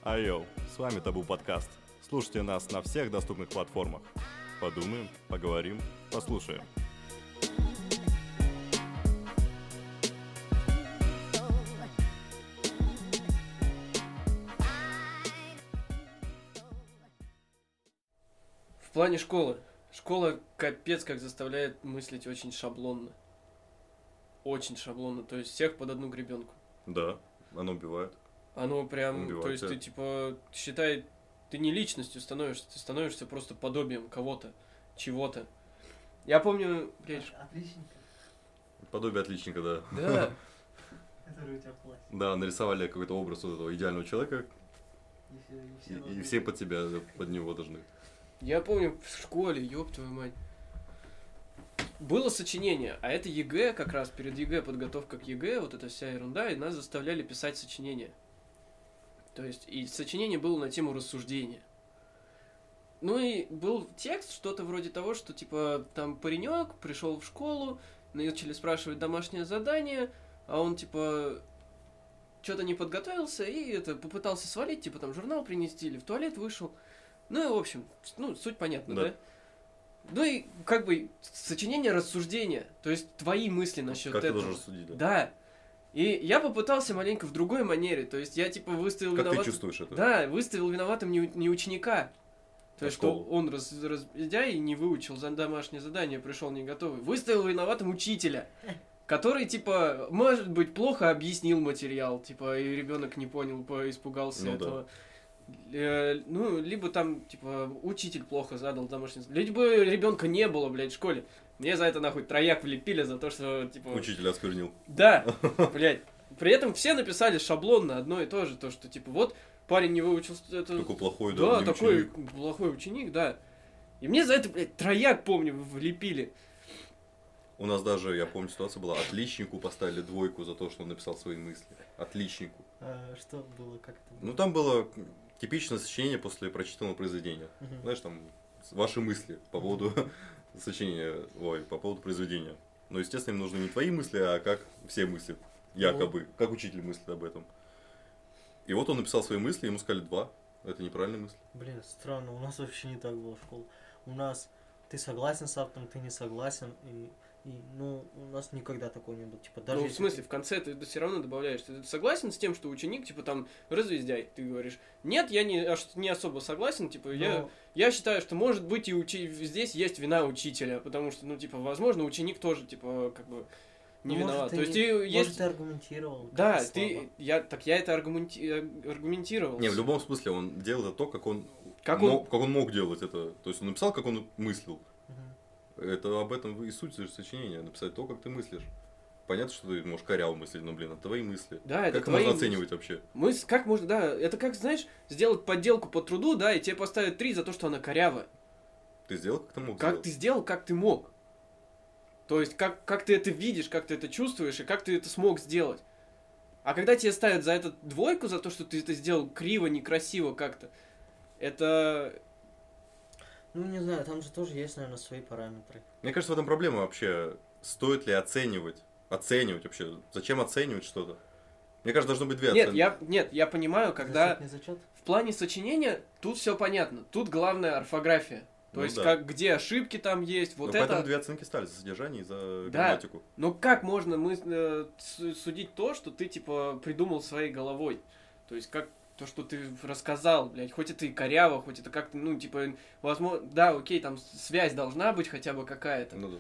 Айо, с вами Табу Подкаст. Слушайте нас на всех доступных платформах. Подумаем, поговорим, послушаем. В плане школы. Школа капец как заставляет мыслить очень шаблонно. Очень шаблонно. То есть всех под одну гребенку. Да, оно убивает. Оно прям, Убивает, то есть да. ты типа, считай, ты не личностью становишься, ты становишься просто подобием кого-то, чего-то. Я помню, блядь, Отличненько, Подобие отличника, да. да, который у тебя в классе. Да, нарисовали какой-то образ вот этого идеального человека, и все под тебя, под него должны. я помню в школе, ёб твою мать. Было сочинение, а это ЕГЭ, как раз перед ЕГЭ, подготовка к ЕГЭ, вот эта вся ерунда, и нас заставляли писать сочинение. То есть, и сочинение было на тему рассуждения. Ну и был текст, что-то вроде того, что типа там паренек пришел в школу, начали спрашивать домашнее задание, а он типа что-то не подготовился и это попытался свалить, типа там журнал принести или в туалет вышел. Ну и в общем, ну суть понятна, Да. да? Ну и как бы сочинение рассуждения, то есть твои мысли насчет Как ты этого. должен рассудить, да? Да. И я попытался маленько в другой манере, то есть я типа выставил Как ты виноватым... чувствуешь это? Да, выставил виноватым не ученика. То А есть, что школу? он разъездяй и не выучил домашнее задание, пришел не готовый. Выставил виноватым учителя, который, типа, может быть, плохо объяснил материал, типа, и ребенок не понял, испугался Ну да. этого. Ну, либо там, типа, учитель плохо задал домашнее задание. Либо ребенка не было, блядь, в школе. Мне за это, нахуй, трояк влепили за то, что, типа... Учитель осквернил. Да, блядь. При этом все написали шаблонно одно и то же, то, что, типа, вот парень не выучил это... Такой плохой, Да, не такой ученик. плохой ученик, да. И мне за это, блядь, трояк, помню, влепили. У нас даже, я помню, ситуация была, отличнику поставили 2 за то, что он написал свои мысли. Отличнику. Что было, как это было? Ну, там было типичное сочинение после прочитанного произведения. Мгм. Знаешь, там ваши мысли по поводу сочинения, по поводу произведения. Но, естественно, им нужны не твои мысли, а как все мысли, якобы, как учитель мыслит об этом. И вот он написал свои мысли, ему сказали 2. Это неправильные мысли. Блин, странно, у нас вообще не так было в школе. У нас ты согласен с автором, ты не согласен, ну, у нас никогда такого не было. Типа, даже Ну, в если смысле, в конце ты все равно добавляешь. Ты согласен с тем, что ученик, типа, там, разъездяй? Ты говоришь, нет, я не особо согласен, типа, Ну, я считаю, что, может быть, и здесь есть вина учителя, потому что, ну, типа, возможно, ученик тоже, типа, как бы, не ну, виноват. может, То есть, может, есть... ты аргументировал. Да, как-то слабо. я это аргументировал. Не, в любом смысле, он делал это то, как он мог делать это. То есть он написал, как он мыслил. Мгм. Это об этом и суть сочинения. Написать то, как ты мыслишь. Понятно, что ты можешь коряво мыслить, но, блин, это твои мысли. Да, это Как их твои можно мысли. оценивать вообще? Как можно, да, это как, знаешь, сделать подделку по труду, да, и тебе поставят 3 за то, что она корявая. Ты сделал, как ты мог Как сделать? ты сделал, как ты мог. То есть, как ты это видишь, как ты это чувствуешь, и как ты это смог сделать. А когда тебе ставят за это 2, за то, что ты это сделал криво, некрасиво как-то, это... Ну, не знаю, там же тоже есть, наверное, свои параметры. Мне кажется, в этом проблема вообще. Стоит ли оценивать? Оценивать вообще? Зачем оценивать что-то? Мне кажется, должно быть 2 оценки. Нет, я понимаю, когда... Зачет, не зачет? В плане сочинения тут все понятно. Тут главное орфография. То Ну есть, да. где ошибки там есть, вот Но это... поэтому 2 оценки стали за содержание и за Да. грамматику. Но как можно судить то, что ты, типа, придумал своей головой? То есть, как то, что ты рассказал, блядь, хоть это и коряво, хоть это как-то, ну, типа, возможно, да, окей, там связь должна быть хотя бы какая-то. Ну да.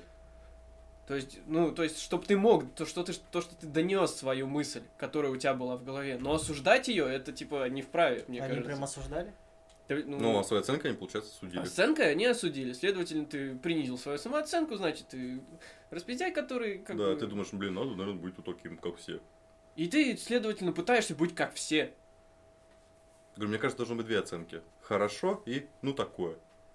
То есть, чтобы ты мог, то, что ты донес свою мысль, которая у тебя была в голове. Но осуждать ее, это, типа, не вправе, мне Они кажется. прям осуждали? Ну, а своей оценкой они, получается, судили. Оценкой они осудили. Следовательно, ты принизил свою самооценку, значит, ты распиздяй, который как Да, бы... ты думаешь, блин, надо, наверное, быть вот таким, как все. И ты, следовательно, пытаешься быть как все. Говорю, мне кажется, должно быть 2 оценки. Хорошо и ну такое.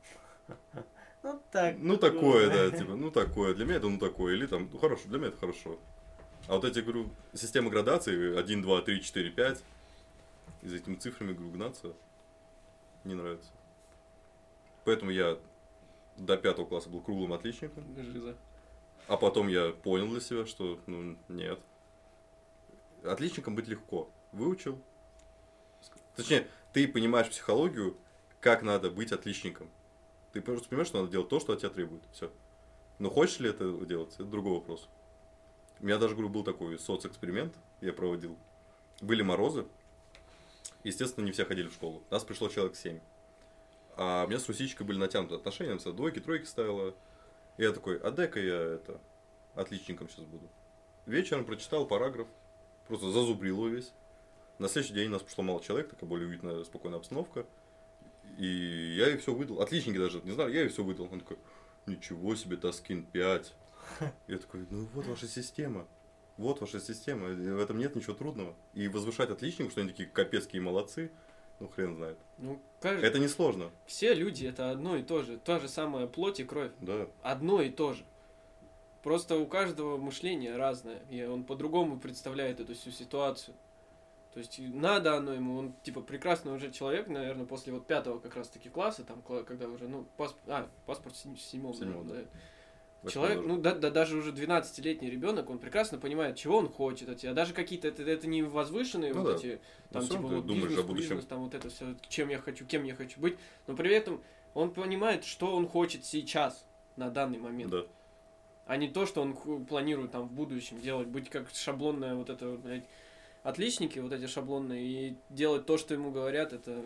Ну, так. Ну такое, да, типа, ну такое. Для меня это ну такое. Или там, ну хорошо, для меня это хорошо. А вот эти, говорю, системы градации 1, 2, 3, 4, 5. И за этими цифрами, говорю, гнаться не нравится. Поэтому я до 5 класса был круглым отличником. Жиза. А потом я понял для себя, что, ну, нет. Отличником быть легко. Выучил. Точнее, ты понимаешь психологию, как надо быть отличником. Ты просто понимаешь, что надо делать то, что от тебя требует. Все. Но хочешь ли это делать, это другой вопрос. У меня даже, говорю, был такой соцэксперимент, я проводил. Были морозы. Естественно, не все ходили в школу. Нас пришло человек 7. А у меня с Русичкой были натянуты отношения, она всегда двойки, тройки ставила. И я такой, а дай-ка я отличником сейчас буду. Вечером прочитал параграф, просто зазубрил его весь. На следующий день у нас пришло мало человек, такая более уютная, спокойная обстановка. И я ей все выдал. Отличники даже не знали, я ей все выдал. Он такой, ничего себе, Таскин 5. Я такой, ну вот ваша система. Вот ваша система, в этом нет ничего трудного. И возвышать отличников, что они такие капецкие молодцы, ну хрен знает. Ну, Это не сложно. все люди это одно и то же. Та же самая плоть и кровь. Да. Одно и то же. Просто у каждого мышление разное. И он по-другому представляет эту всю ситуацию. То есть надо оно ему, он типа прекрасный уже человек, наверное, после вот 5 как раз таки класса, там, когда уже, ну, паспорт в 7-м, да. Человек, ну даже уже 12-летний ребенок, он прекрасно понимает, чего он хочет от тебя. Даже какие-то это не возвышенные ну, вот да. эти, там ну, типа вот бизнес, там вот это все, кем я хочу быть. Но при этом он понимает, что он хочет сейчас, на данный момент. Да. А не то, что он планирует там в будущем делать, быть как шаблонная вот это, блядь, отличники вот эти шаблонные, и делать то, что ему говорят, это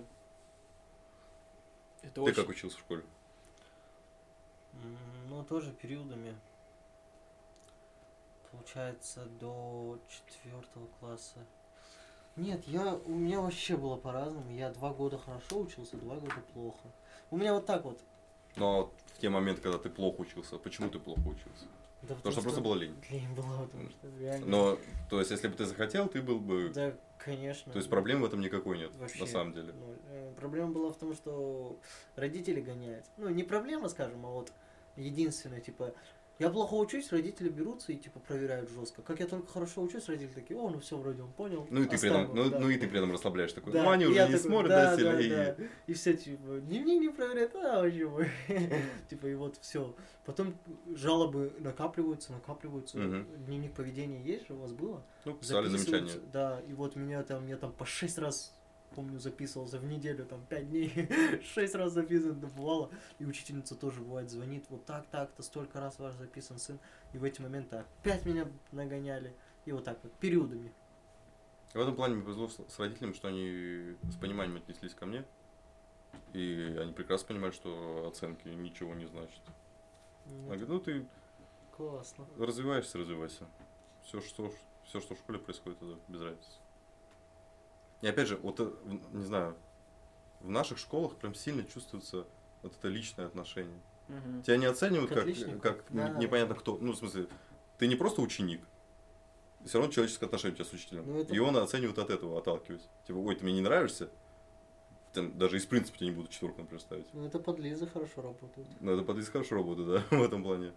Ты очень... как учился в школе? Ну, тоже периодами. Получается, до 4 класса. Нет, у меня вообще было по-разному. Я 2 года хорошо учился, 2 года плохо. У меня вот так вот. Но в те моменты, когда ты плохо учился, почему ты плохо учился? Да Потому что просто было лень. Лень была, потому что реально... Но, то есть, если бы ты захотел, ты был бы... Да, конечно. То есть, проблем в этом никакой нет, Вообще, на самом деле. Проблема была в том, что родители гоняют. Ну, не проблема, скажем, а вот единственное, типа, я плохо учусь, родители берутся и, типа, проверяют жестко. Как я только хорошо учусь, родители такие, о, ну все, вроде он понял. Ну, и ты при этом, да. ну, и ты при этом расслабляешь такой, Да, ну, они и уже я не такой, смотрят, да, да, сильно, да. И все, типа, дневник не проверяют, а вообще мой. Типа, и вот все. Потом жалобы накапливаются. Мгм. Дневник поведения есть же, у вас было? Ну, писали Записываются, замечания. да, и вот я там по 6 раз, помню, записывался в неделю, там 5 дней, 6 раз записан, да, бывало. И учительница тоже бывает звонит, вот так-то, столько раз ваш записан сын. И в эти моменты опять меня нагоняли. И вот так вот, периодами. В этом плане мне повезло с родителями, что они с пониманием отнеслись ко мне. И они прекрасно понимают, что оценки ничего не значат. Они говорят, ну ты Классно. развивайся. Все, что в школе происходит, это без разницы. И опять же, вот, не знаю, в наших школах прям сильно чувствуется вот это личное отношение. Мгм. Тебя не оценивают К отличнику? как Да. непонятно кто. Ну, в смысле, ты не просто ученик. Все равно человеческое отношение у тебя с учителем. Ну, это- И он оценивает от этого, отталкиваясь. Типа, ой, ты мне не нравишься. Там, даже из принципа тебя не буду 4, например, ставить. Ну, это подлизы хорошо работают. Но это подъезд хорошо работает, да, в этом плане.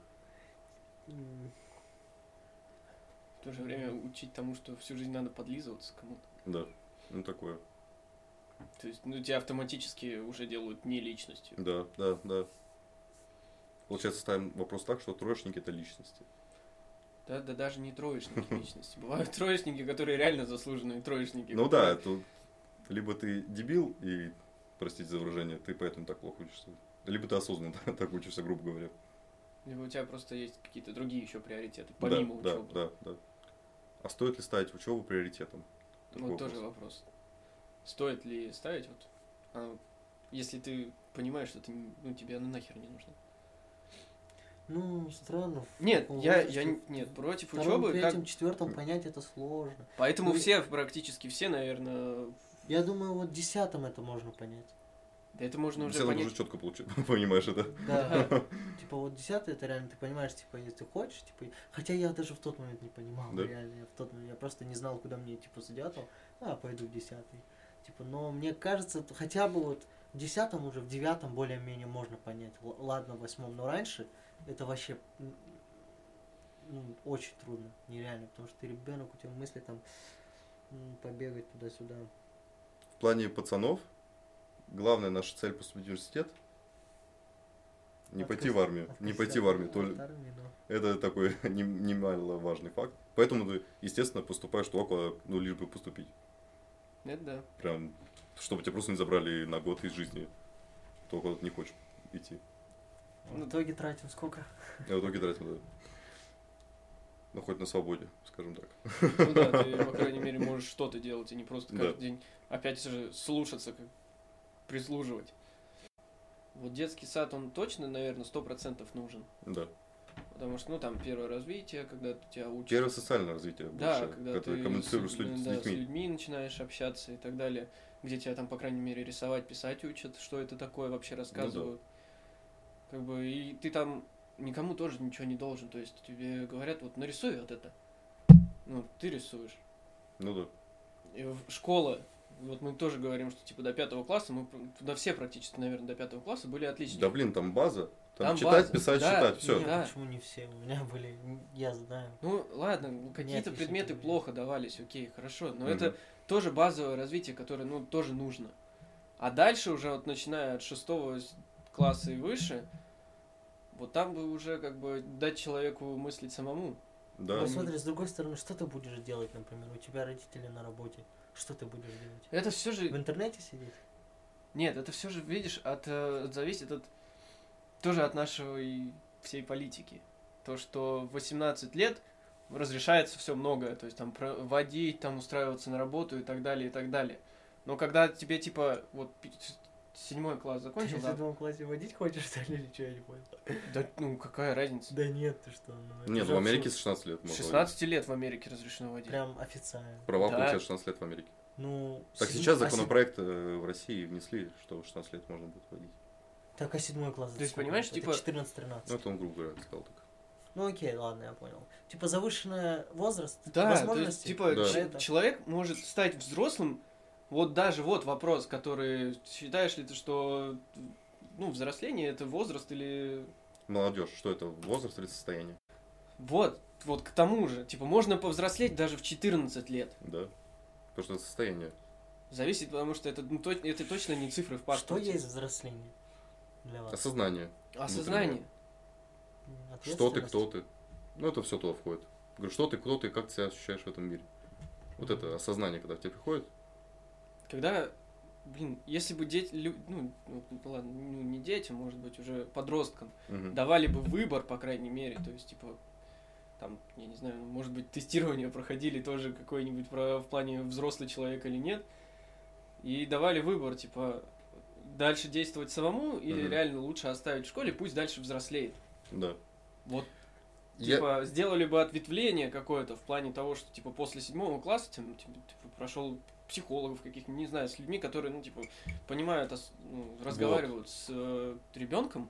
В то же время учить тому, что всю жизнь надо подлизываться кому-то. Да, ну такое. То есть, ну, тебя автоматически уже делают не личностью. Да. Получается, ставим вопрос так, что троечники это личности. Да, даже не троечники личности. Бывают троечники, которые реально заслуженные троечники. Ну да, тут либо ты дебил и, простите за выражение, ты поэтому так плохо учишься. Либо ты осознанно так учишься, грубо говоря. Либо у тебя просто есть какие-то другие еще приоритеты, помимо учебы. Да. А стоит ли ставить учебу приоритетом? Такой Вот тоже вопрос. вопрос. Стоит ли ставить если ты понимаешь, что ты, тебе она нахер не нужна. Ну, странно. Нет, В я возрасте нет, против втором, учебы. третьем, четвертом понять это сложно. Поэтому Ну, все, практически все, наверное. Я думаю, вот в 10-м это можно понять. Да это можно уже Все понять. уже четко понимаешь это. Да. Типа вот 10-й это реально ты понимаешь, типа, если ты хочешь, типа. Хотя я даже в тот момент не понимал, Да? реально. Я в тот момент я просто не знал, куда мне, типа, за 9-го. Пойду в 10-й. Типа, но мне кажется, хотя бы вот в 10-м уже, в 9-м более-менее можно понять. Ладно, в 8-м, но раньше это вообще очень трудно, нереально, потому что ты ребенок, у тебя мысли там побегать туда-сюда. В плане пацанов, главная наша цель поступить в университет. Не пойти в армию. Не пойти в армию. Это такой немаловажный факт. Поэтому ты, естественно, поступаешь туда, лишь бы поступить. Это да. Прям, чтобы тебя просто не забрали на год из жизни. Только вот не хочешь идти. В итоге тратим сколько? А в итоге тратим, да. Ну, хоть на свободе, скажем так. Ну да, ты, по крайней мере, можешь что-то делать, и не просто каждый Да. день опять же слушаться, как прислуживать. Вот детский сад, он точно, наверное, 100% нужен. Да. Потому что, ну, там, первое развитие, когда тебя учат. Первое социальное развитие Да, больше, когда ты коммуницируешь с да, с людьми. людьми начинаешь общаться и так далее, где тебя там, по крайней мере, рисовать, писать учат, что это такое вообще рассказывают. Как бы, и ты там никому тоже ничего не должен, то есть тебе говорят, вот нарисуй вот это. Ну, ты рисуешь. Ну да. И школа, вот мы тоже говорим, что типа до 5 класса, мы, да все практически, наверное, до 5 класса были отличники. Да блин, там база. Там Там читать, база, писать, да. считать, все. Нет, Да. почему не все? У меня были, я знаю. Ну, ладно, какие-то отличники предметы были. плохо давались, окей, хорошо, но Мгм. это тоже базовое развитие, которое, ну, тоже нужно. А дальше уже, вот начиная от 6 класса и выше, вот там бы уже как бы дать человеку мыслить самому. Да. Но смотри, с другой стороны, что ты будешь делать, например, у тебя родители на работе, что ты будешь делать? Это все В же... интернете сидеть? Нет, это все же, видишь, зависит от... Тоже от нашей всей политики. То, что в 18 лет разрешается все многое. То есть там водить, там устраиваться на работу и так далее, и так далее. Но когда тебе типа вот 7 класс Ты закончил, в да, 7 классе водить хочешь, что ли, или что, я не понял? да, ну какая разница? Да нет, ты что? Ну, это Нет, же в Америке абсурд. с 16 лет С можно 16 лет в Америке разрешено водить. Прям официально. водить. Права Да. получают 16 лет в Америке. Ну, Так седь- сейчас а законопроект в России внесли, что в 16 лет можно будет водить. Так, а 7 класс? То есть, сколько? понимаешь, Это типа- 14-13. Ну, это он, грубо говоря, сказал так. Ну окей, ладно, я понял. Типа завышенный возраст, Да, то есть, возможности. типа, Да. Это- человек может стать взрослым, вот даже вот вопрос, который, считаешь ли ты, что, ну, взросление это возраст или... Молодежь, что это, возраст или состояние? Вот к тому же, типа, можно повзрослеть даже в 14 лет. Да. Потому что это состояние. Зависит, потому что это, ну, это точно не цифры в Что паспорте. есть взросление для вас? Осознание. Осознание. Что ты, Ответственность? кто ты. Ну, это все туда входит. Говорю, что ты, кто ты, как ты себя ощущаешь в этом мире. Вот это осознание, когда к тебе приходит. Когда, блин, если бы дети, ну, ладно, ну, не детям, может быть, уже подросткам, Мгм. давали бы выбор, по крайней мере, то есть, типа, там, я не знаю, может быть, тестирование проходили тоже какое-нибудь в плане взрослый человек или нет, и давали выбор, типа, дальше действовать самому или Мгм. реально лучше оставить в школе, пусть дальше взрослеет. Да. Вот, Я- типа, сделали бы ответвление какое-то в плане того, что, типа, после 7 класса типа, прошел психологов каких-нибудь, не знаю, с людьми, которые, ну, типа, понимают, ну, разговаривают с ребенком.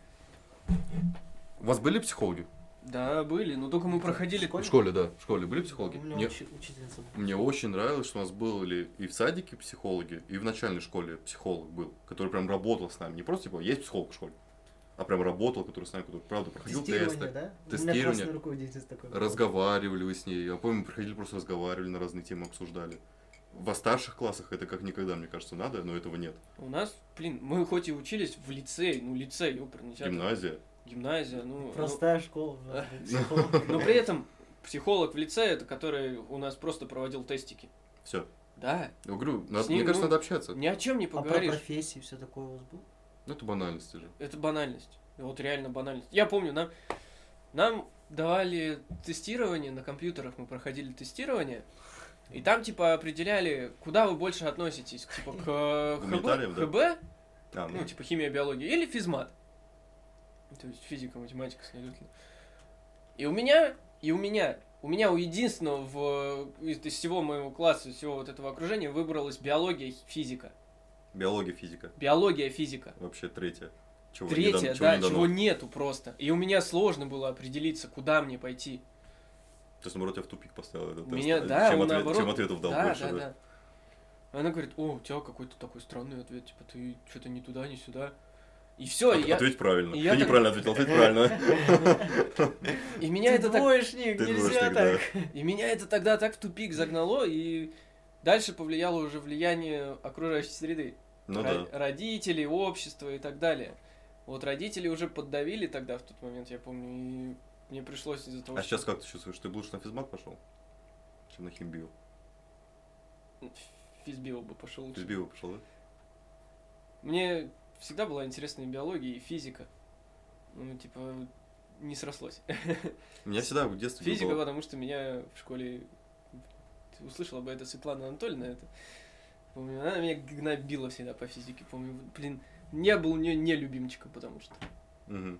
У вас были психологи? Да, были, но только мы проходили... Школе? В школе, да. В школе были психологи? У меня Мне, учительница была. мне очень нравилось, что у нас были и в садике психологи, и в начальной школе психолог был, который прям работал с нами. Не просто, типа, есть психолог в школе, а прям работал, который с нами, который, правда, проходил Тестирование, тесты. да? У Тестирование. меня классный руководитель такой. был. Разговаривали вы с ней. Я помню, мы приходили, просто разговаривали, на разные темы обсуждали. Во старших классах это как никогда, мне кажется, надо, но этого нет. У нас, блин, мы хоть и учились в лицее, ну, лицей, ёпрный театр. Гимназия. Гимназия, ну... Простая школа, у нас был психолог. Но при этом психолог в лицее, это который у нас просто проводил тестики. Все. Да, Я говорю, С ним, мне кажется, ну, надо общаться. ни о чем не А про поговоришь. профессии все такое у вас было? Ну, это банальности же. Это банальность. Вот реально банальность. Я помню, нам давали тестирование на компьютерах, мы проходили тестирование, и там типа определяли, куда вы больше относитесь, типа к Гуманитариям, да? ХБ, А, ну, ну типа химия, биология, или физмат. То есть физика, математика, следовательно. И у меня у единственного из всего моего класса, из всего вот этого окружения выбралась биология, физика. биология, физика. Биология, физика. Вообще третья. Чего Третье, чего да, не дано. чего нету просто. И у меня сложно было определиться, куда мне пойти. То есть, наоборот, тебя в тупик поставил этот Меня, тест. да, чем, он наоборот... чем ответов дал да, больше, да, да? да. Она говорит, о, у тебя какой-то такой странный ответ, типа, ты что-то не туда, не сюда. И все, Ответь правильно. и Ты я так- неправильно ответил, ответь правильно. и меня Ты это так... двоечник, Ты нельзя двоечник, так. И меня это тогда так в тупик загнало, и дальше повлияло уже влияние окружающей среды. Ну да. Родители, общество и так далее. Вот родители уже поддавили тогда в тот момент, я помню, и мне пришлось из-за того, А сейчас как ты чувствуешь? Ты бы лучше на физмат пошел, чем на химбио? физбио бы пошел лучше. Физбио пошел, да? Мне всегда была интересна и биология, и физика. Ну, типа, не срослось. У меня всегда в детстве Физика, было... потому что меня в школе... Ты услышала бы это Светлана Анатольевна, это... Помню, она меня гнобила всегда по физике. Помню, блин, я был у нее не любимчиком, потому что... Мгм.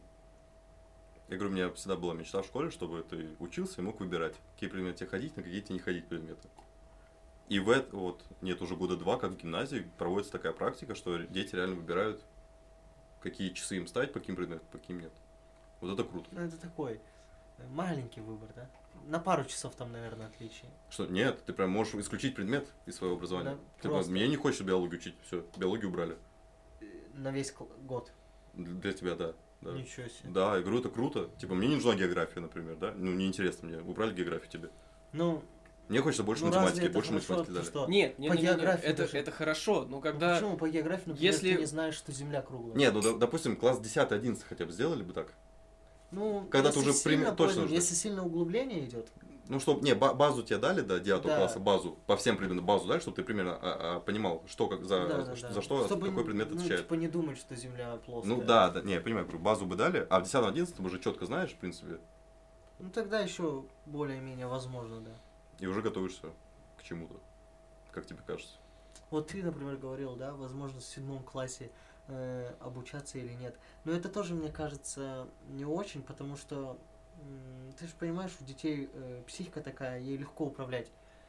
Я говорю, у меня всегда была мечта в школе, чтобы ты учился и мог выбирать, какие предметы тебе ходить, на какие тебе не ходить предметы. И нет, уже года 2, как в гимназии, проводится такая практика, что дети реально выбирают, какие часы им ставить, по каким предметам, по каким нет. Вот это круто. Ну, это такой маленький выбор, да? На пару часов там, наверное, отличий. Что, нет, ты прям можешь исключить предмет из своего образования. Да, Ты просто. мне не хочется биологию учить, все, биологию убрали. На весь год. Для тебя, да. Да. Ничего себе. Да, я говорю, это круто. Типа, мне не нужна география, например, да? Ну, неинтересно мне. Убрали географию тебе. Ну, Мне хочется больше ну разве математики, это больше хорошо, математики ты дали. что? Нет, По географии это, даже. это хорошо, но Ну, когда... почему по географии, например, если- ты не знаешь, что Земля круглая? Нет, ну, допустим, класс 10-11 хотя бы сделали бы так. Ну, когда ты если уже сильно точно понял, уже- если сильно углубление идет, Ну, чтобы, базу тебе дали до 9 Да. класса, базу, по всем предметам базу дали, чтобы ты примерно понимал, что, как, за что, чтобы, какой предмет ну, отвечает. типа не думать, что Земля плоская. Ну, да, не, я понимаю, говорю, базу бы дали, а в 10-11 уже четко знаешь, в принципе, Ну, тогда еще более-менее возможно, да. и уже готовишься к чему-то, как тебе кажется. Вот ты, например, говорил, да, возможно, в 7 классе обучаться или нет. Но это тоже, мне кажется, не очень, потому что ты же понимаешь, у детей психика такая, ей легко управлять.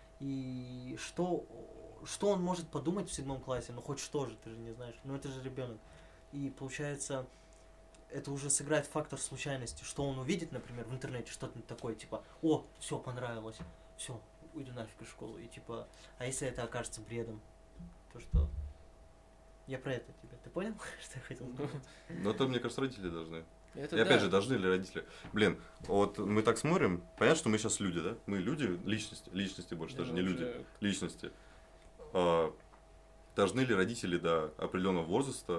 И что он может подумать в 7 классе? Ну хоть что же, ты же не знаешь. Ну это же ребенок. И получается, это уже сыграет фактор случайности, что он увидит, например, в интернете что-то такое, типа, о, все понравилось, все, уйду нафиг из школы. И типа, а если это окажется бредом, то что? Я про это тебе. Ты понял, что я хотел сказать? Но это, мне кажется, родители должны. Это И опять да. же, должны ли родители? Блин, вот мы так смотрим, понятно, что мы сейчас люди, да? Мы люди, личности больше, Да, даже не уже- люди, личности. А, должны ли родители до определенного возраста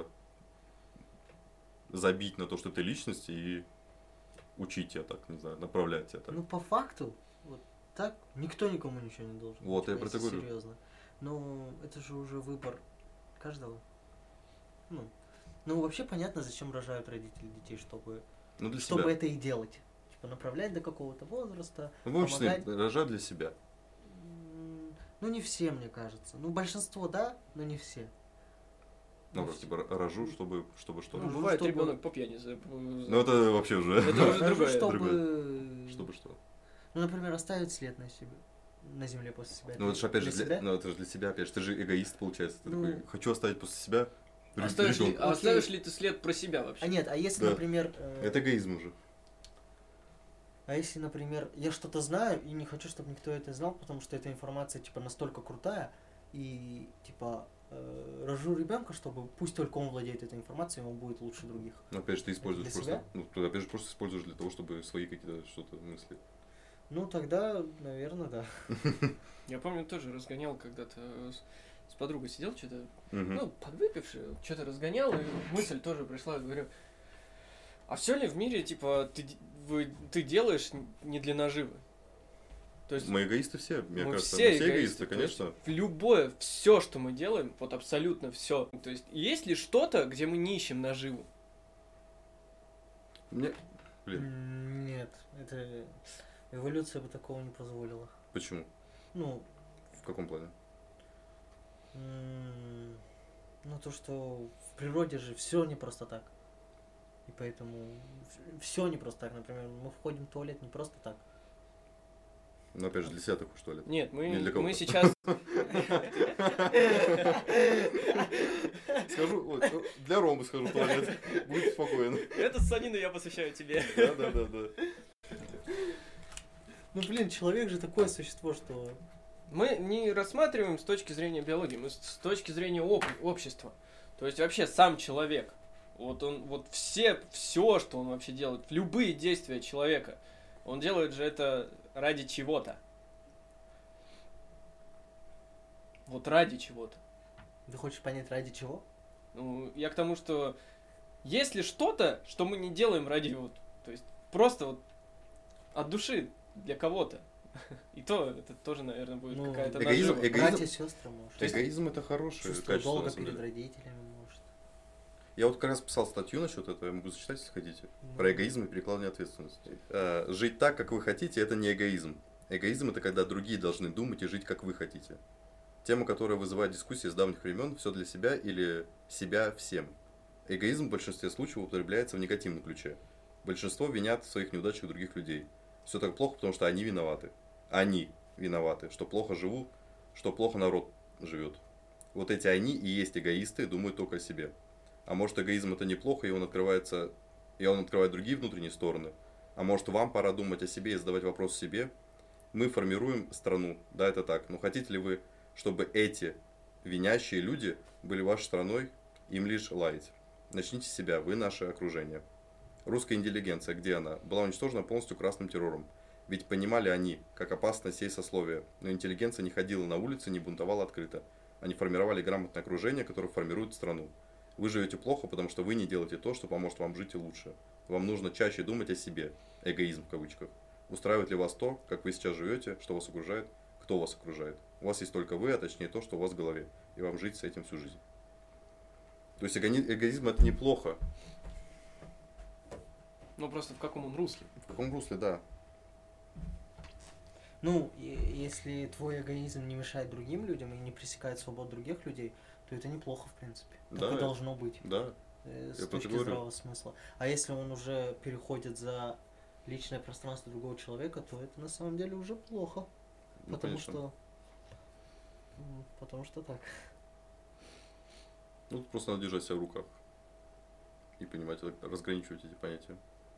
забить на то, что ты личность, и учить тебя так, не знаю, направлять тебя так? Ну, по факту, вот так, никто никому ничего не должен. Вот, Типа, я про это если говорю. серьезно. Но это же уже выбор каждого. Ну, вообще понятно, зачем рожают родители детей, чтобы Ну, для чтобы себя. это и делать. Типа направлять до какого-то возраста. Ну, в том числе, помогать. рожать для себя. Ну, не все, мне кажется. Ну, большинство, да, но не все. Ну, Ну, как, все. типа, рожу, чтобы что? Ну, бывает, чтобы- ребенок по пьяни. Ну, это вообще уже... Это уже Даже другое. чтобы... Чтобы что? Ну, например, оставить след на себе. На земле после себя. Ну, это же опять же для для, себя. ну, это же для себя, опять же, ты же эгоист, получается. Ты Ну. такой, хочу оставить после себя Оставишь ли, ребенка. оставишь ли ты след про себя вообще? А нет, а если, Да. например... Это эгоизм уже. А если, например, я что-то знаю и не хочу, чтобы никто это знал, потому что эта информация, типа, настолько крутая, и, типа, рожу ребенка, чтобы пусть только он владеет этой информацией, и он будет лучше других. Но опять же, ты используешь Для просто... себя? Ну, ты опять же, просто используешь для того, чтобы свои какие-то что-то мысли. Ну, тогда, наверное, да. Я помню, тоже разгонял когда-то с подругой сидел, что-то, Мгм. ну, подвыпивший, что-то разгонял, и мысль тоже пришла, говорю, а все ли в мире, типа, ты делаешь не для наживы? То есть Мы эгоисты все, мне мы кажется. все Мы все эгоисты, эгоисты, то есть конечно. любое, все, что мы делаем, вот абсолютно все. То есть есть ли что-то, где мы не ищем наживу? Мне... Блин, Нет, это... Эволюция бы такого не позволила. почему? Ну, В каком плане? ну, то, что в природе же все не просто так. И поэтому все не просто так. Например, мы входим в туалет не просто так. Ну, опять же, для себя такой, что ли? Нет, Не для мы кого-то. сейчас... Скажу, вот, для Ромы схожу в туалет. Будет спокойно. Это санину я посвящаю тебе. Да. Ну, блин, человек же такое существо, что... Мы не рассматриваем с точки зрения биологии, мы с точки зрения общества. То есть вообще сам человек. Вот он, вот все, что он вообще делает, любые действия человека, он делает же это ради чего-то. Вот ради чего-то. Ты хочешь понять, ради чего? Ну, я к тому, что есть ли что-то, что мы не делаем ради вот, то есть просто вот от души для кого-то. И то, это тоже, наверное, будет Ну, какая-то эгоизм- нажива. эгоизм- Братья, сестры, может. Эгоизм это хорошее Чувство качество, на долга самом перед деле. родителями, может. Я вот как раз писал статью насчет этого, я могу зачитать, если хотите. Про эгоизм и перекладывание ответственности. Жить так, как вы хотите, это не эгоизм. Эгоизм это когда другие должны думать и жить, как вы хотите. Тема, которая вызывает дискуссии с давних времен, все для себя или себя всем. Эгоизм в большинстве случаев употребляется в негативном ключе. Большинство винят в своих неудачах других людей. Все так плохо, потому что они виноваты. Они виноваты, что плохо живу, что плохо народ живет. Вот эти они и есть эгоисты, думают только о себе. А может, эгоизм это неплохо, и он открывает другие внутренние стороны. А может, вам пора думать о себе и задавать вопрос себе. Мы формируем страну, да, это так. Но хотите ли вы, чтобы эти винящие люди были вашей страной, им лишь лаять? Начните с себя, вы наше окружение. Русская интеллигенция, где она? Была уничтожена полностью красным террором. Ведь понимали они, как опасно сей сословие. Но интеллигенция не ходила на улицы, не бунтовала открыто. Они формировали грамотное окружение, которое формирует страну. Вы живете плохо, потому что вы не делаете то, что поможет вам жить и лучше. Вам нужно чаще думать о себе. Эгоизм в кавычках. Устраивает ли вас то, как вы сейчас живете, что вас окружает, кто вас окружает. У вас есть только вы, а точнее то, что у вас в голове. И вам жить с этим всю жизнь. То есть эгоизм это неплохо. Ну, просто в каком он русле? В каком русле, да. Ну, если твой эгоизм не мешает другим людям и не пресекает свободу других людей, то это неплохо, в принципе. Так и должно быть. Да. С Я про точки это говорю. здравого смысла. А если он уже переходит за личное пространство другого человека, то это на самом деле уже плохо. Ну, Потому конечно. что... Потому что так. Ну, тут просто надо держать себя в руках. И понимать, разграничивать эти понятия.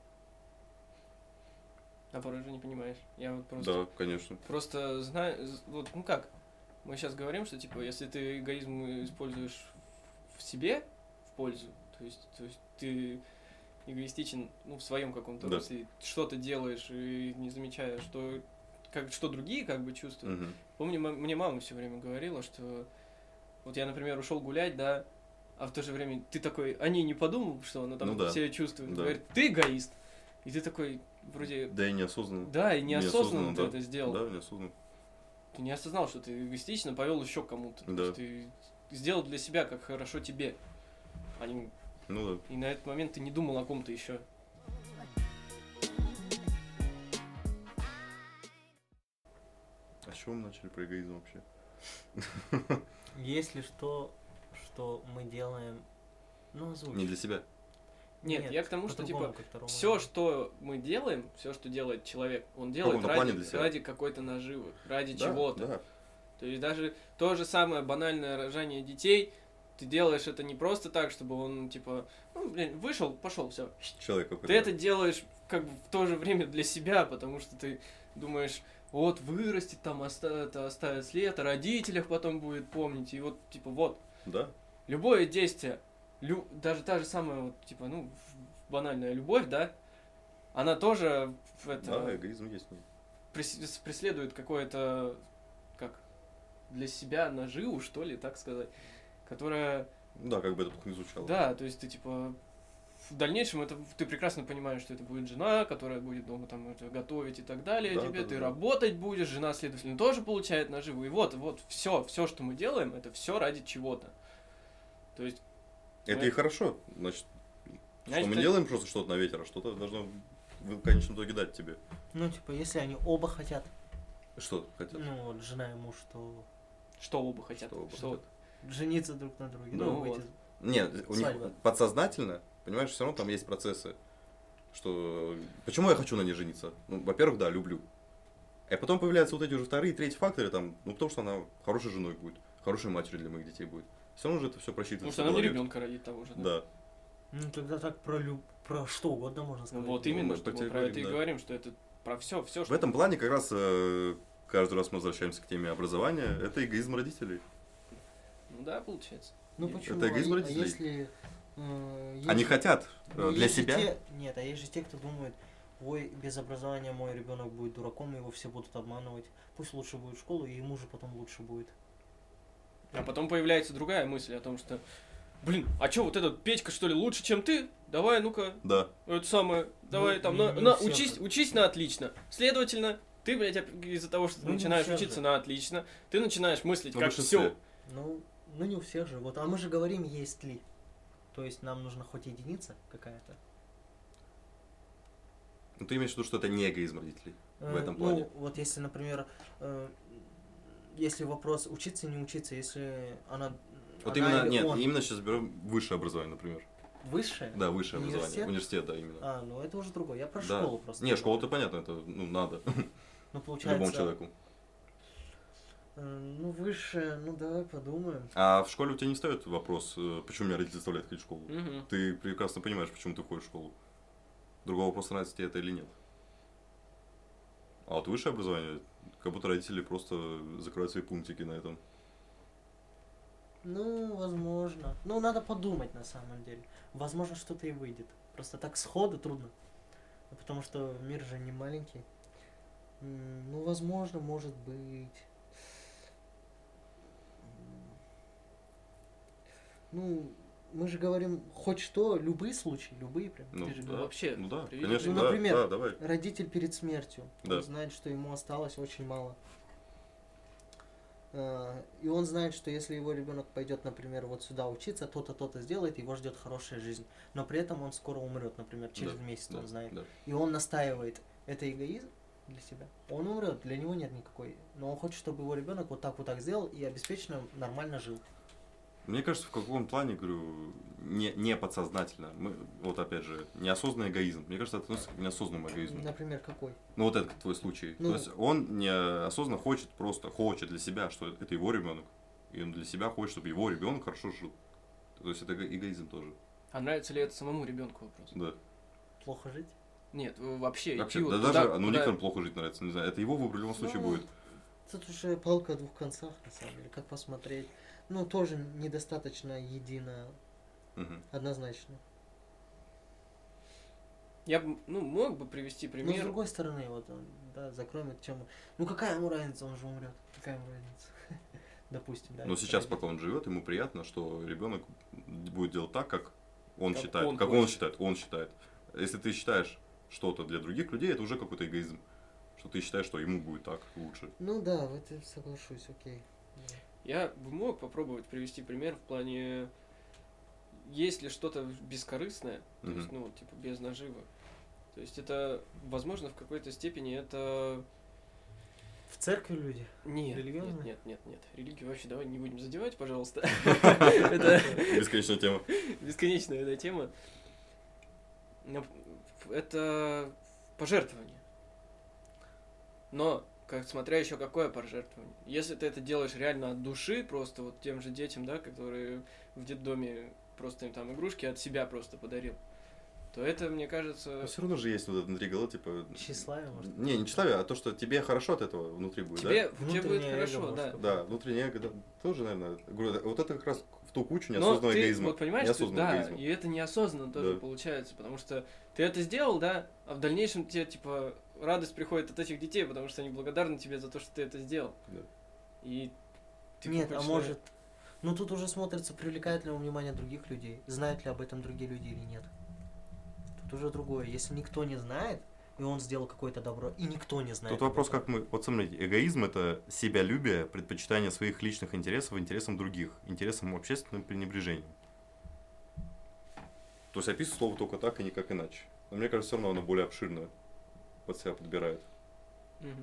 А порой же не понимаешь. Я вот просто... Да, конечно. Просто знаю... Вот, ну как? Мы сейчас говорим, что, типа, если ты эгоизм используешь в себе, в пользу, то есть ты эгоистичен, ну, в своем каком-то Да. русле, что-то делаешь и не замечая, что другие как бы чувствуют. Мгм. Помню, мне мама все время говорила, что вот я, например, ушел гулять, да, а в то же время ты такой, о ней не подумал, что она там Ну да. себя чувствует. Да. Говорит, ты эгоист. И ты такой, вроде, Да и неосознанно. да, и неосознанно ты да. это сделал. Да, неосознанно. Ты не осознал, что ты эгоистично повел еще кому-то. То Да. есть ты сделал для себя, как хорошо тебе. Ну да. И на этот момент ты не думал о ком-то еще. А с чего мы начали про эгоизм вообще? Если что мы делаем... Ну, озвучь. Не для себя. Нет, я к тому, что, по-другому типа, как-то, Рома. все, что мы делаем, все, что делает человек, он делает каком-то плане для себя. ради какой-то наживы, ради Да, чего-то. Да. То есть даже то же самое банальное рожание детей, ты делаешь это не просто так, чтобы он, типа, ну, блин, вышел, пошел, все. Человек какой-то. Ты это делаешь как бы в то же время для себя, потому что ты думаешь, вот вырастет там, оставит след, о родителях потом будет помнить, и вот, типа, вот, Да. любое действие, даже та же самая, вот, типа, ну, банальная любовь, да, она тоже Да, эгоизм есть в ней. преследует какое-то, как, для себя наживу, что ли, так сказать, которая, Да, как бы это плохо не звучало. да, то есть ты, типа, в дальнейшем это ты прекрасно понимаешь, что это будет жена, которая будет дома там это готовить и так далее Да, тебе, да, ты да. работать будешь, жена, следовательно, тоже получает наживу. И вот все, что мы делаем, это все ради чего-то. То есть Это мы- и хорошо. Значит, Значит, что мы это- делаем просто что-то на ветер, а что-то должно в конечном итоге дать тебе. Ну, типа, если они оба хотят, Что хотят? ну, вот жена и муж, то что оба хотят. Что оба Что- хотят. жениться друг на друге. Ну Ну, вот. выйти. Нет, у них Свадьба. подсознательно, понимаешь, все равно там есть процессы. Что... Почему я хочу на ней жениться? Ну, во-первых, да, люблю. А потом появляются вот эти уже вторые, третьи факторы, там, ну, потому что она хорошей женой будет, хорошей матерью для моих детей будет. Все равно же это все Потому просчитывается. что в она мне голове. ребенка родит того же. Да. Ну, тогда так про что угодно можно Ну, сказать. вот Ну, именно, мы что про мы тебя про это и говорим, да. говорим, что это про все, В что этом плане как раз каждый раз мы возвращаемся к теме образования. Это эгоизм родителей. Ну да, получается. Ну, Нет, почему? это эгоизм А родителей. если... Они хотят Ну, для есть же себя. Нет, а есть же те, кто думает, ой, без образования мой ребенок будет дураком, его все будут обманывать. Пусть лучше будет в школу, и ему же потом лучше будет. А потом появляется другая мысль о том, что, блин, а чё, вот этот Петька, что ли, лучше, чем ты? Давай, ну-ка, Да. это самое, давай Ну, там, не у всех учись на отлично. Следовательно, Ты, блядь, из-за того, что ты Ну, не начинаешь все учиться же. на отлично, ты начинаешь мыслить Ну, в как большинстве. все. Ну не у всех же. Вот, а мы же говорим, есть ли. То есть нам нужна хоть единица какая-то. Ну, ты имеешь в виду, что это не эгоизм родителей в этом Ну, плане? вот если, например, если вопрос учиться, не учиться, если она... Вот она именно, или нет, он именно сейчас берем высшее образование, например. высшее? Да, высшее Университет? образование. Университет, да, именно. А, ну это уже другое. Я про Да. школу просто. Не, школа-то понятно, это, ну, надо Ну, любому получается... человеку. Ну, высшее, ну давай подумаем. А в школе у тебя не встает вопрос, почему меня родители заставляют ходить в школу? Мгм. Ты прекрасно понимаешь, почему ты ходишь в школу. Другого вопроса, нравится тебе это или нет. А вот высшее образование, как будто родители просто закрывают свои пунктики на этом. Ну, возможно. Ну, надо подумать на самом деле. Возможно, что-то и выйдет. Просто так сходу трудно. Потому что мир же не маленький. Ну, возможно, может быть. Ну, мы же говорим хоть что, любые случаи, любые прям. Ну, Ты же да, вообще ну да, приведёшь. конечно, Ну, да, например, да, давай. Родитель перед смертью. Да. Он знает, что ему осталось очень мало. И он знает, что если его ребенок пойдет, например, вот сюда учиться, то-то, то-то сделает, его ждет хорошая жизнь. Но при этом он скоро умрет, например, через Да, месяц, да, он знает. да. И он настаивает. Это эгоизм для себя. Он умрет, для него нет никакой. Но он хочет, чтобы его ребенок вот так сделал и обеспеченно нормально жил. Мне кажется, в каком плане, говорю, не подсознательно. Мы, вот опять же, неосознанный эгоизм. Мне кажется, это относится к неосознанному эгоизму. Например, какой? Ну вот это твой случай. Ну. То есть он неосознанно хочет, просто хочет для себя, что это его ребенок. И он для себя хочет, чтобы его ребенок хорошо жил. То есть это эгоизм тоже. А нравится ли это самому ребенку вопрос? Да. Плохо жить? Нет, вообще, Вообще, идти вот да туда, даже, ну куда- некоторым плохо жить нравится, не знаю. Это его выбор в любом случае Ну, будет. Тут уже палка о двух концах, на самом деле. Как посмотреть? Ну, тоже недостаточно едино, Мгм. однозначно. Я бы, ну, мог бы привести Но с пример. другой стороны, вот, да, закроем эту тему. Ну, какая ему разница, он же умрет. Какая ему разница? Допустим, да. Но это сейчас, родитель. пока он живет, ему приятно, что ребенок будет делать так, как он Как считает. он Как он хочет. считает, он считает. Если ты считаешь что-то для других людей, это уже какой-то эгоизм. Что ты считаешь, что ему будет так лучше. Ну да, в это соглашусь, окей. Да. Я бы мог попробовать привести пример в плане, есть ли что-то бескорыстное, то есть, Мгм. ну, типа, без наживы. То есть это, возможно, в какой-то степени это... В церкви люди. Нет, Религиозное? нет. Религию вообще давай не будем задевать, пожалуйста. Это Бесконечная тема. бесконечная эта тема. Но это пожертвование. Но, как, смотря еще какое пожертвование. Если ты это делаешь реально от души, просто вот тем же детям, да, которые в детдоме просто им там игрушки от себя просто подарил, то это, мне кажется... Но все равно же есть вот это внутри головы, типа... Тщеславие, может? Не тщеславие, а то, что тебе хорошо от этого внутри будет, Тебе будет Внутреннее эго, хорошо, может, да. какое-то. да? Да, внутреннее эго, да, тоже, наверное. Говорю, вот это как раз в ту кучу Но неосознанного ты эгоизма. вот понимаешь, что, Неосознанного да, эгоизма. и это неосознанно тоже Да. получается, потому что ты это сделал, да, а в дальнейшем тебе, типа, радость приходит от этих детей, потому что они благодарны тебе за то, что ты это сделал. Да. И ты Нет, а хочешь, может... Ну, тут уже смотрится, привлекает ли он внимание других людей, знают ли об этом другие люди или нет. Тут уже другое. Если никто не знает, и он сделал какое-то добро, и никто не знает. Тут об вопрос, этом. как мы... Вот смотрите, эгоизм – это себялюбие, предпочитание своих личных интересов интересам других, интересам общественным пренебрежением. То есть описывает слово только так и никак иначе. Но мне кажется, все равно оно более обширно под себя подбирает. Мгм.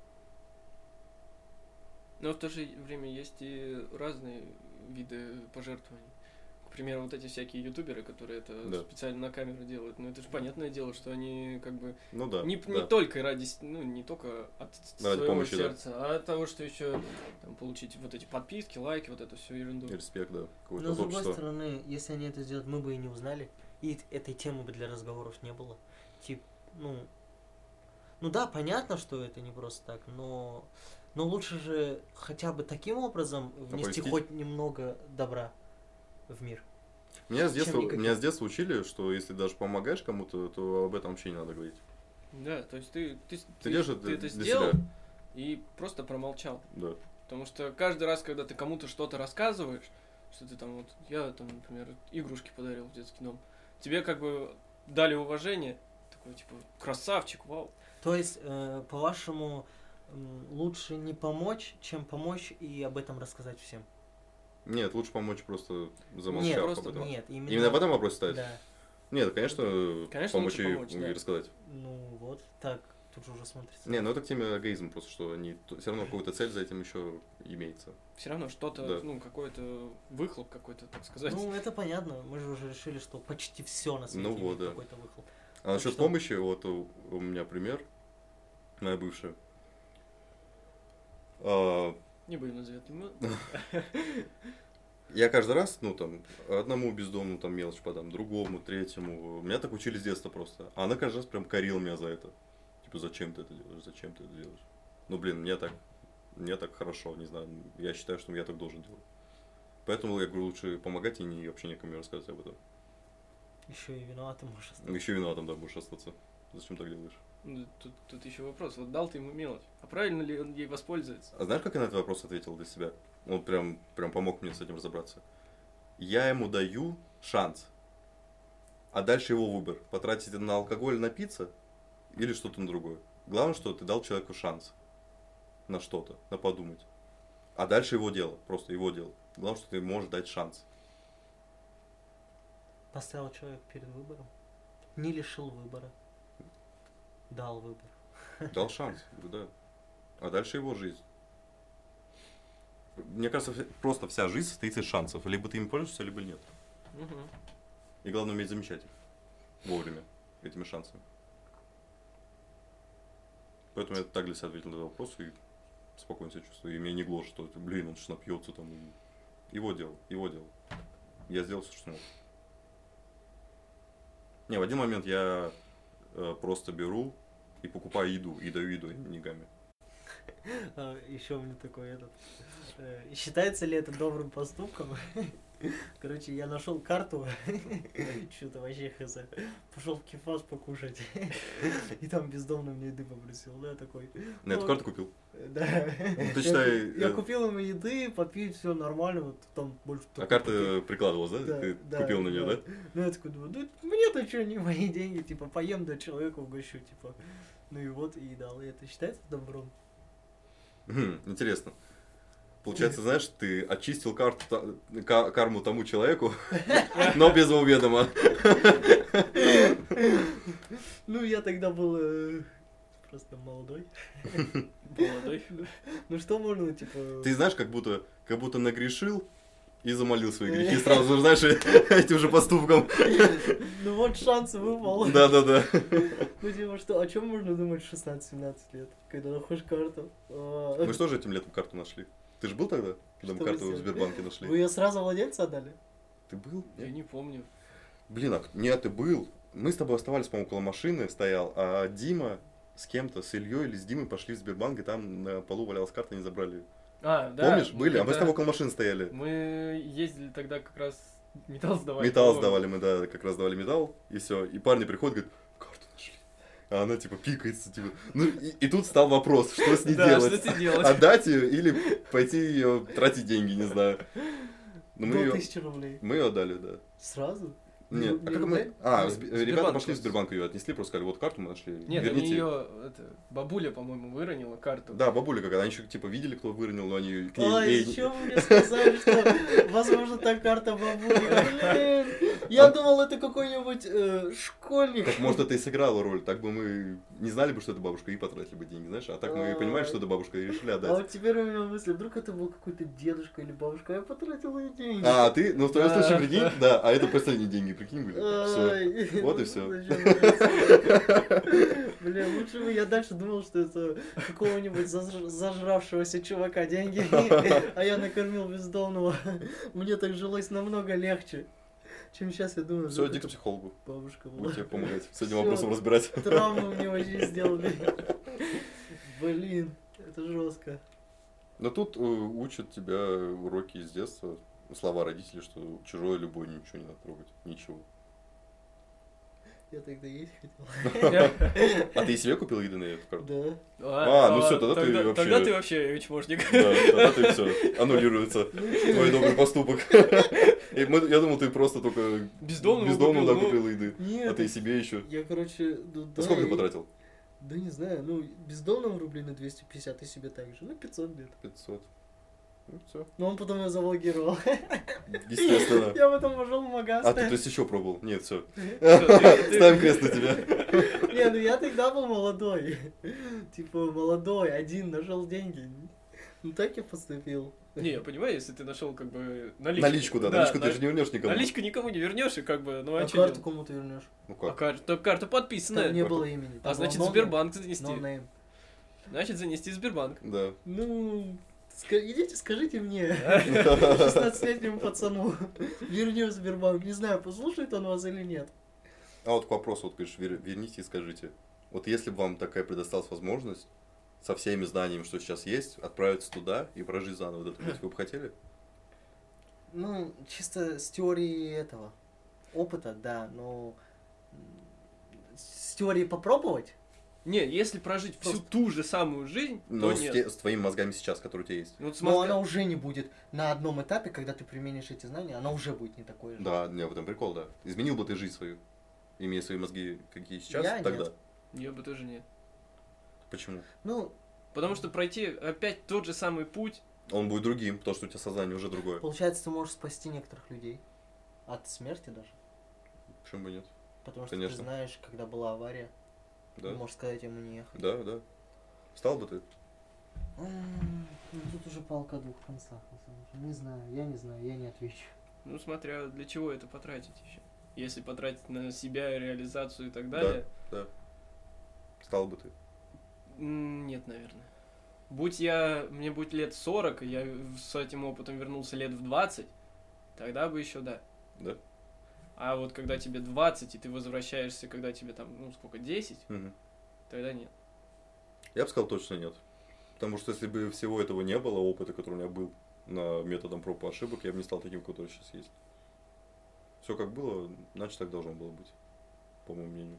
Но в то же время есть и разные виды пожертвований. К примеру, вот эти всякие ютуберы, которые это Да. специально на камеру делают. Ну это же понятное дело, что они как бы Ну да. не да. только ради, ну не только от Ради своего помощи, да. сердца, а от того, что еще там, получить вот эти подписки, лайки, вот эту всю ерунду. Респект, да. Какое-то Но с другой общество. стороны, если они это сделают, мы бы и не узнали. И этой темы бы для разговоров не было. Тип, ну да, понятно, что это не просто так, но лучше же хотя бы таким образом внести Оповестить. хоть немного добра в мир. Меня с, Чем детства, никаким. меня с детства учили, что если даже помогаешь кому-то, то об этом вообще не надо говорить. Да, то есть ты делаешь это ты это для сделал себя. и просто промолчал. Да. Потому что каждый раз, когда ты кому-то что-то рассказываешь, что ты там вот, я там, например, игрушки подарил в детский дом, тебе как бы дали уважение, такой типа красавчик, вау. То есть, по-вашему, лучше не помочь, чем помочь и об этом рассказать всем? Нет, лучше помочь просто замолчав Нет, просто об этом. Нет, Именно в этом вопросе ставить? Да. Нет, конечно, Конечно, помочь, лучше и, помочь, и да. рассказать. Ну вот, так, тут же уже смотрится. Не, ну это к теме эгоизма просто, что они все равно какую-то цель за этим еще имеется. Все равно что-то, Да. ну, какой-то выхлоп какой-то, так сказать. Ну, это понятно, мы же уже решили, что почти все на свете Ну вот, имеет да. какой-то выхлоп. А насчет что? помощи, вот у меня пример, моя бывшая. Не будем называть имя. Я каждый раз, ну там, одному бездомному там мелочь подам, другому, третьему. Меня так учили с детства просто. А она каждый раз прям корила меня за это. Типа, зачем ты это делаешь, зачем ты это делаешь? Ну, блин, мне так хорошо, не знаю. Я считаю, что я так должен делать. Поэтому я говорю, лучше помогать и вообще никому не рассказывать об этом. Еще и виноватым можешь остаться. Еще виноватым, да, будешь остаться. Зачем так делаешь? Ну, тут еще вопрос. Вот дал ты ему мелочь. А правильно ли он ей воспользуется? А знаешь, как я на этот вопрос ответил для себя? Он прям помог мне с этим разобраться. Я ему даю шанс. А дальше его выбор. Потратить это на алкоголь, напиться или что-то на другое. Главное, что ты дал человеку шанс на что-то, на подумать. А дальше его дело, просто его дело. Главное, что ты можешь дать шанс. Поставил человек перед выбором. Не лишил выбора. Дал выбор. Дал шанс, говорю, да. А дальше его жизнь. Мне кажется, просто вся жизнь состоит из шансов. Либо ты им пользуешься, либо нет. Угу. И главное уметь замечать их вовремя, этими шансами. Поэтому я так для себя ответил на этот вопрос и спокойно себя чувствую. И меня не гложет, что блин, он сейчас напьется там. Его дело. Я сделал все, что мог. Не, в один момент я просто беру и покупаю еду, и даю еду деньгами. Еще у меня такой этот. Считается ли это добрым поступком? Короче, я нашел карту, что-то вообще хз. Пошел в Кифас покушать. И там бездомно мне еды попросил. Да, я такой. На эту карту купил. Да. Ты считай, Я купил ему еды, попить, все нормально, вот там больше. А карта прикладывалась, да? Ты купил на нее, да? Ну я такой думаю, ну мне-то что, не мои деньги, типа поем, да человека угощу, типа. Ну и вот, и дал. И это считается добром? Интересно. Получается, знаешь, ты очистил карму тому человеку, но без его ведома. Ну, я тогда был просто молодой. Молодой. Ну, что можно, типа... Ты знаешь, как будто нагрешил и замолил свои грехи сразу, знаешь, этим же поступком. Ну, вот шанс выпал. Да. Ну, типа, что, о чем можно думать в 16-17 лет, когда находишь карту? Мы что же этим летом карту нашли? Ты же был тогда, когда мы Что карту вы в Сбербанке нашли? Вы ее сразу владельцу отдали? Ты был? Я не помню. Блин, нет, ты был. Мы с тобой оставались, по-моему, около машины, стоял, а Дима с кем-то, с Ильей или с Димой пошли в Сбербанк, и там на полу валялась карта, они забрали. А, да. Помнишь, были? А мы с да. тобой около машины стояли. Мы ездили тогда как раз металл сдавали. Металл по-моему. сдавали мы, да, как раз сдавали металл, и все. И парни приходят, говорят, карту нашли. А она, типа, пикается, типа. Ну, и тут стал вопрос, что с ней Да, делать? что ты делать? Отдать ее или пойти ее тратить деньги, не знаю. Но До 1000 рублей. мы ее отдали, да. Сразу? Нет, Не а как рублей? мы... Сбербанк ребята пошли в просто. Сбербанк ее отнесли, просто сказали, вот карту мы нашли, Нет, верните. они ее, бабуля, по-моему, выронила карту. Да, бабуля какая, они еще, типа, видели, кто выронил, но они к ней... Ой, ей- еще вы мне сказали, что, возможно, та карта бабули. Блин, я думал, это какой-нибудь школьник. Так, может, это и сыграло роль, так бы мы не знали бы, что это бабушка, и потратили бы деньги, знаешь, а так мы понимаем, что это бабушка, и решили А отдать. вот теперь у меня мысли, вдруг это был какой-то дедушка или бабушка, а я потратил ее деньги. А, ты, ну, в твоем Да. случае, прикинь, да, а это последние деньги, прикинь, были. Все. Ай, Вот и ну всё. зачем это? Бля, лучше бы я дальше думал, что это какого-нибудь зажравшегося чувака деньги, а я накормил бездомного. Мне так жилось намного легче, чем сейчас я думаю. Все, вдруг иди к это психологу, бабушка была. будет тебе помогать с этим Всё. вопросом разбирать. Травму мне вообще сделали. Блин, это жестко. Но тут учат тебя уроки из детства, слова родителей, что чужое любое ничего не надо трогать, ничего. Я тогда есть хотел. А ты и себе купил еды на эту карту? Да. Ну всё, тогда ты вообще- Тогда ты вообще ВИЧ-мошник. Да, тогда ты все, аннулируется твой добрый поступок. Я думал, ты просто только Бездомному бездомному купил, ну, купил еды, Нет, а ты и себе еще. я, короче, А сколько ты потратил? Да не знаю, ну, бездомным рублей на 250 и себе так же, ну, 500 где-то. 500. Ну, все. Но он потом ее залогировал. Естественно. Я потом пошел в магаз. А ты, то есть, еще пробовал? Нет, все. Ты- Ставим крест на тебя. Не, ну я тогда был молодой. Типа, молодой, один, нашел деньги. Ну так я поступил. Не, я понимаю, если ты нашел как бы наличку. Наличку, да. Наличку ты же не вернешь никому. Наличку никому не вернешь, и как бы, ну а А что карту делать? кому ты вернешь? Ну А как? только карта подписанная. Там не Карту. было имени. А значит, Сбербанк занести. No name. Значит, занести Сбербанк. Да. Ну, идите, скажите мне, 16-летнему пацану, вернешь Сбербанк. Не знаю, послушает он вас или нет. А вот к вопросу, вот пишешь, верните и скажите. Вот если бы вам такая предоставилась возможность, со всеми знаниями, что сейчас есть, отправиться туда и прожить заново вот это, вы бы хотели? Ну, чисто с теории этого опыта, да, но с теории попробовать. Не, если прожить всю Просто- ту же самую жизнь, Но то с, нет. с твоими мозгами сейчас, которые у тебя есть. Ну, вот с Но мозга- она уже не будет на одном этапе, когда ты применишь эти знания, она уже будет не такой же. Да, не, в этом прикол, да. Изменил бы ты жизнь свою, имея свои мозги, какие сейчас, Я тогда? нет. Я бы тоже нет. Почему? Ну, Потому что пройти опять тот же самый путь, Он будет другим, потому что у тебя сознание уже другое. получается, ты можешь спасти некоторых людей от смерти даже. Почему бы нет? Потому что Конечно. ты знаешь, когда была авария, Да, ты можешь сказать ему не ехать. да, да. Стал бы ты? Ну, тут уже палка о двух концах, на самом деле. Не знаю, я не отвечу. ну, смотря для чего это потратить еще. Если потратить на себя, реализацию и так далее, Да. Стал бы ты? Нет, наверное. Мне будет лет 40, и я с этим опытом вернулся лет в 20, тогда бы еще да. Да? А вот когда тебе 20, и ты возвращаешься, когда тебе там, ну, сколько, 10, Мгм. тогда нет. Я бы сказал точно нет. Потому что если бы всего этого не было, опыта, который у меня был на методом проб и ошибок, я бы не стал таким, который сейчас есть. Все как было, значит так должно было быть. По моему мнению.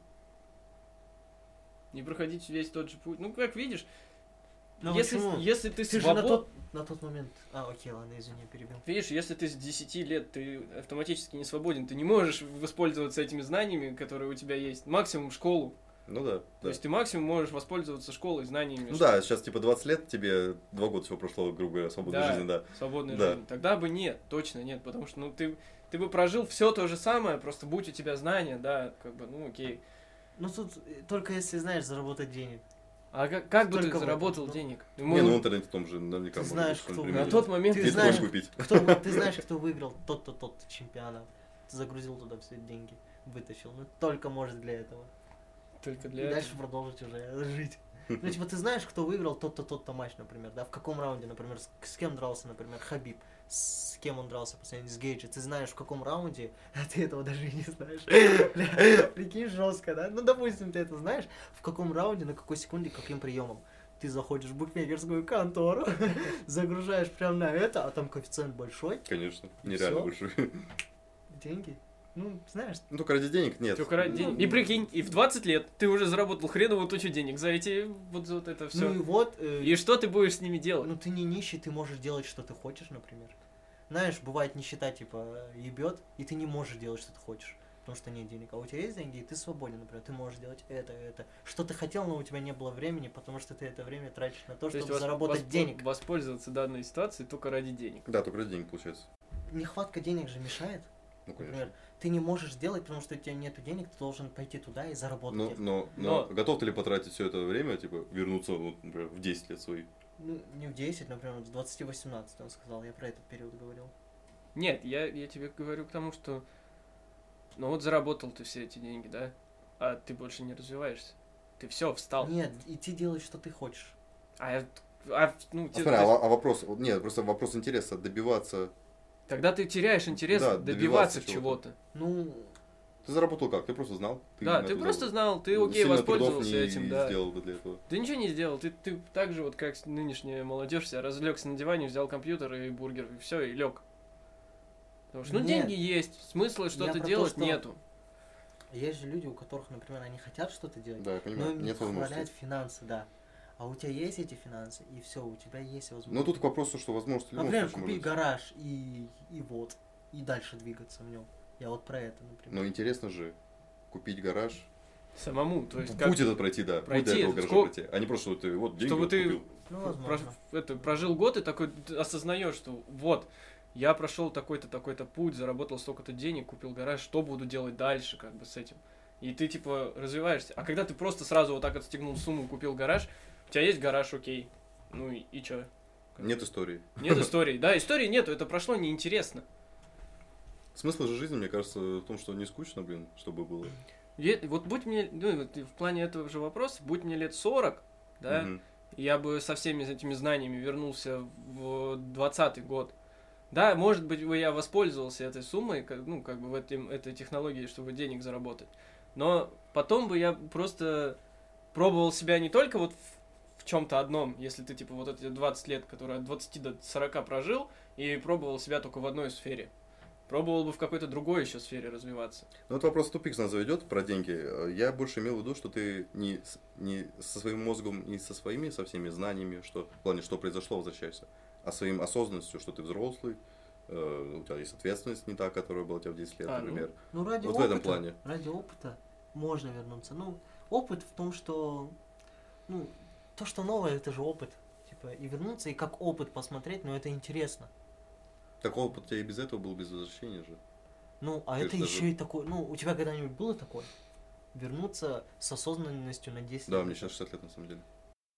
Не проходить весь тот же путь. Ну, как видишь, Ну, если, почему? если ты Ты же свободен... на тот момент... А, окей, ладно, извини, перебил. Видишь, если ты с 10 лет, ты автоматически не свободен, ты не можешь воспользоваться этими знаниями, которые у тебя есть. Максимум школу. Ну да. То есть ты максимум можешь воспользоваться школой, знаниями. Ну да, сейчас типа 20 лет, тебе 2 года всего прошло, грубо говоря, свободной Да. жизни, да. Свободной Да. жизни. Тогда бы нет, точно нет, потому что, ну, ты бы прожил все то же самое, просто будь у тебя знания, да, как бы, ну, окей. Ну, тут только если знаешь заработать денег. А как бы ты Только в заработал этом, ну. денег? Не, ну в интернете в том же наверняка Ты можно знаешь, что-нибудь кто применить. На тот момент Ты Ты знаешь, хочешь купить. Ты знаешь, кто выиграл тот-то, тот чемпионат. Ты загрузил туда все деньги, вытащил. Ну, только может для этого. только И для дальше этого. продолжить уже жить. Ну, типа, ты знаешь, кто выиграл тот-то, тот-то матч, например, да? В каком раунде, например, с кем дрался, например, Хабиб? С кем он дрался последний? С Гейджи. Ты знаешь, в каком раунде, а ты этого даже и не знаешь. Бля, прикинь, жестко, да? Ну, допустим, ты это знаешь, в каком раунде, на какой секунде, каким приемом. Ты заходишь в букмекерскую контору, загружаешь прям на это, а там коэффициент большой, Конечно, И нереально всё? большой. деньги. Ну, знаешь, Ну только ради денег нет. Только ради денег. И прикинь, и в 20 лет ты уже заработал хреновую тучу денег за эти, вот это все. ну и вот... И что ты будешь с ними делать? Ну ты не нищий, ты можешь делать, что ты хочешь, например. Знаешь, бывает нищета, типа, ебет, и ты не можешь делать, что ты хочешь, потому что нет денег. А у тебя есть деньги, и ты свободен, например, ты можешь делать это. Что ты хотел, но у тебя не было времени, потому что ты это время тратишь на то, чтобы заработать денег. Воспользоваться данной ситуацией только ради денег. Да, только ради денег получается. Нехватка денег же мешает. Ну конечно. Например, ты не можешь сделать, потому что у тебя нет денег, ты должен пойти туда и заработать их. Но Но- готов ты ли потратить все это время, типа, вернуться, вот, например, в 10 лет своих? Ну, не в 10, например, с 20-18, он сказал, я про этот период говорил. Нет, я тебе говорю к тому, что... Ну вот заработал ты все эти деньги, да? А ты больше не развиваешься. Ты все, встал. Нет, идти делать, что ты хочешь. Ну, Смотри, а вопрос, нет, просто вопрос интереса, добиваться. тогда ты теряешь интерес Да, добиваться добиваться чего-то. чего-то. Ну, Ты заработал как? Ты просто знал? Да, на ты это просто знал, ты окей, сильно трудов воспользовался не этим, да. сделал бы для этого. Ты ничего не сделал, ты так же вот как нынешняя молодежь себя разлегся на диване, взял компьютер и бургер, и все, и лег. Потому что, ну, Нет. деньги есть, смысла что-то про то, делать что- нету. есть же люди, у которых, например, они хотят что-то делать, Да, я но понимаю, им не нет позволяют возможности. финансы, да. А у тебя есть эти финансы, и все, у тебя есть возможность. Ну тут к вопросу, что возможности в любом Например, случае купить может быть. гараж и вот, и дальше двигаться в нем. Я вот про это, например. Но интересно же купить гараж, Самому, то есть как... Путь этот пройти, да. Путь до этого гаража пройти. А не просто, что ты вот деньги Чтобы ты купил. Ну, возможно. прожил год и такой осознаешь, что вот, я прошел такой-то, такой-то путь, заработал столько-то денег, купил гараж, что буду делать дальше, как бы, с этим. И ты, типа, развиваешься. А когда ты просто сразу вот так отстегнул сумму, купил гараж, у тебя есть гараж, окей. Ну и чё? Нет истории. Нет истории. Да, истории нету, это прошло неинтересно. Смысл же жизни, мне кажется, в том, что не скучно, блин, чтобы было. Вот будь мне, ну, вот в плане этого же вопроса, будь мне лет 40, да, Мгм. я бы со всеми этими знаниями вернулся в 20-й год. Да, может быть, бы я воспользовался этой суммой, ну, как бы этой технологией, чтобы денег заработать. Но потом бы я просто пробовал себя не только вот в чем-то одном, если ты, типа, вот эти 20 лет, которые от 20 до 40 прожил, и пробовал себя только в одной сфере. Пробовал бы в какой-то другой еще сфере развиваться. Ну, это вопрос в тупик нас заведет про деньги. Я больше имел в виду, что ты не со своим мозгом, не со своими, со всеми знаниями, что в плане, что произошло, возвращайся, а своим осознанностью, что ты взрослый, у тебя есть ответственность не та, которая была у тебя в 10 лет, например. Ну, ради Вот опыта, в этом плане. ради опыта можно вернуться. Ну, опыт в том, что, ну, то, что новое, это же опыт. Типа, и вернуться, и как опыт посмотреть, ну, это интересно. Так опыт у тебя и без этого был, без возвращения же. Ну, а То это есть еще и такое, ну, у тебя когда-нибудь было такое? Вернуться с осознанностью на 10 Да, лет. мне сейчас 60 лет на самом деле.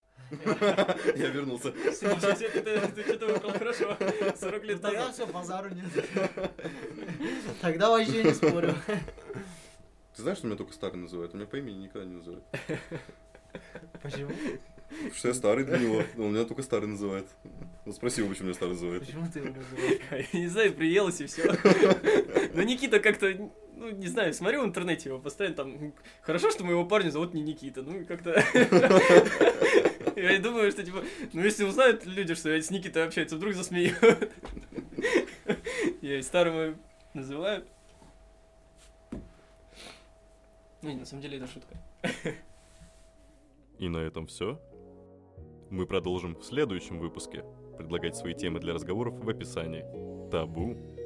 Я вернулся. Ты что-то выбрал хорошо. 40 лет Тогда назад. все, базару нет. Тогда вообще не спорю. Ты знаешь, что меня только старый называют? У меня по имени никогда не называют. Почему? Потому что я старый для него. Он меня только старый называет. Ну спроси его, почему меня старый называет. Почему ты его называешь? Я не знаю, приелось и все. Но Никита как-то, ну, не знаю, смотрю в интернете его постоянно там. Хорошо, что моего парня зовут не Никита. Ну, как-то. Я думаю, что, типа, ну, если узнают люди, что я с Никитой общаюсь, вдруг засмеют. Я и старого называю. Ну, на самом деле, это шутка. И на этом все. Мы продолжим в следующем выпуске. Предлагать свои темы для разговоров в описании. Табу.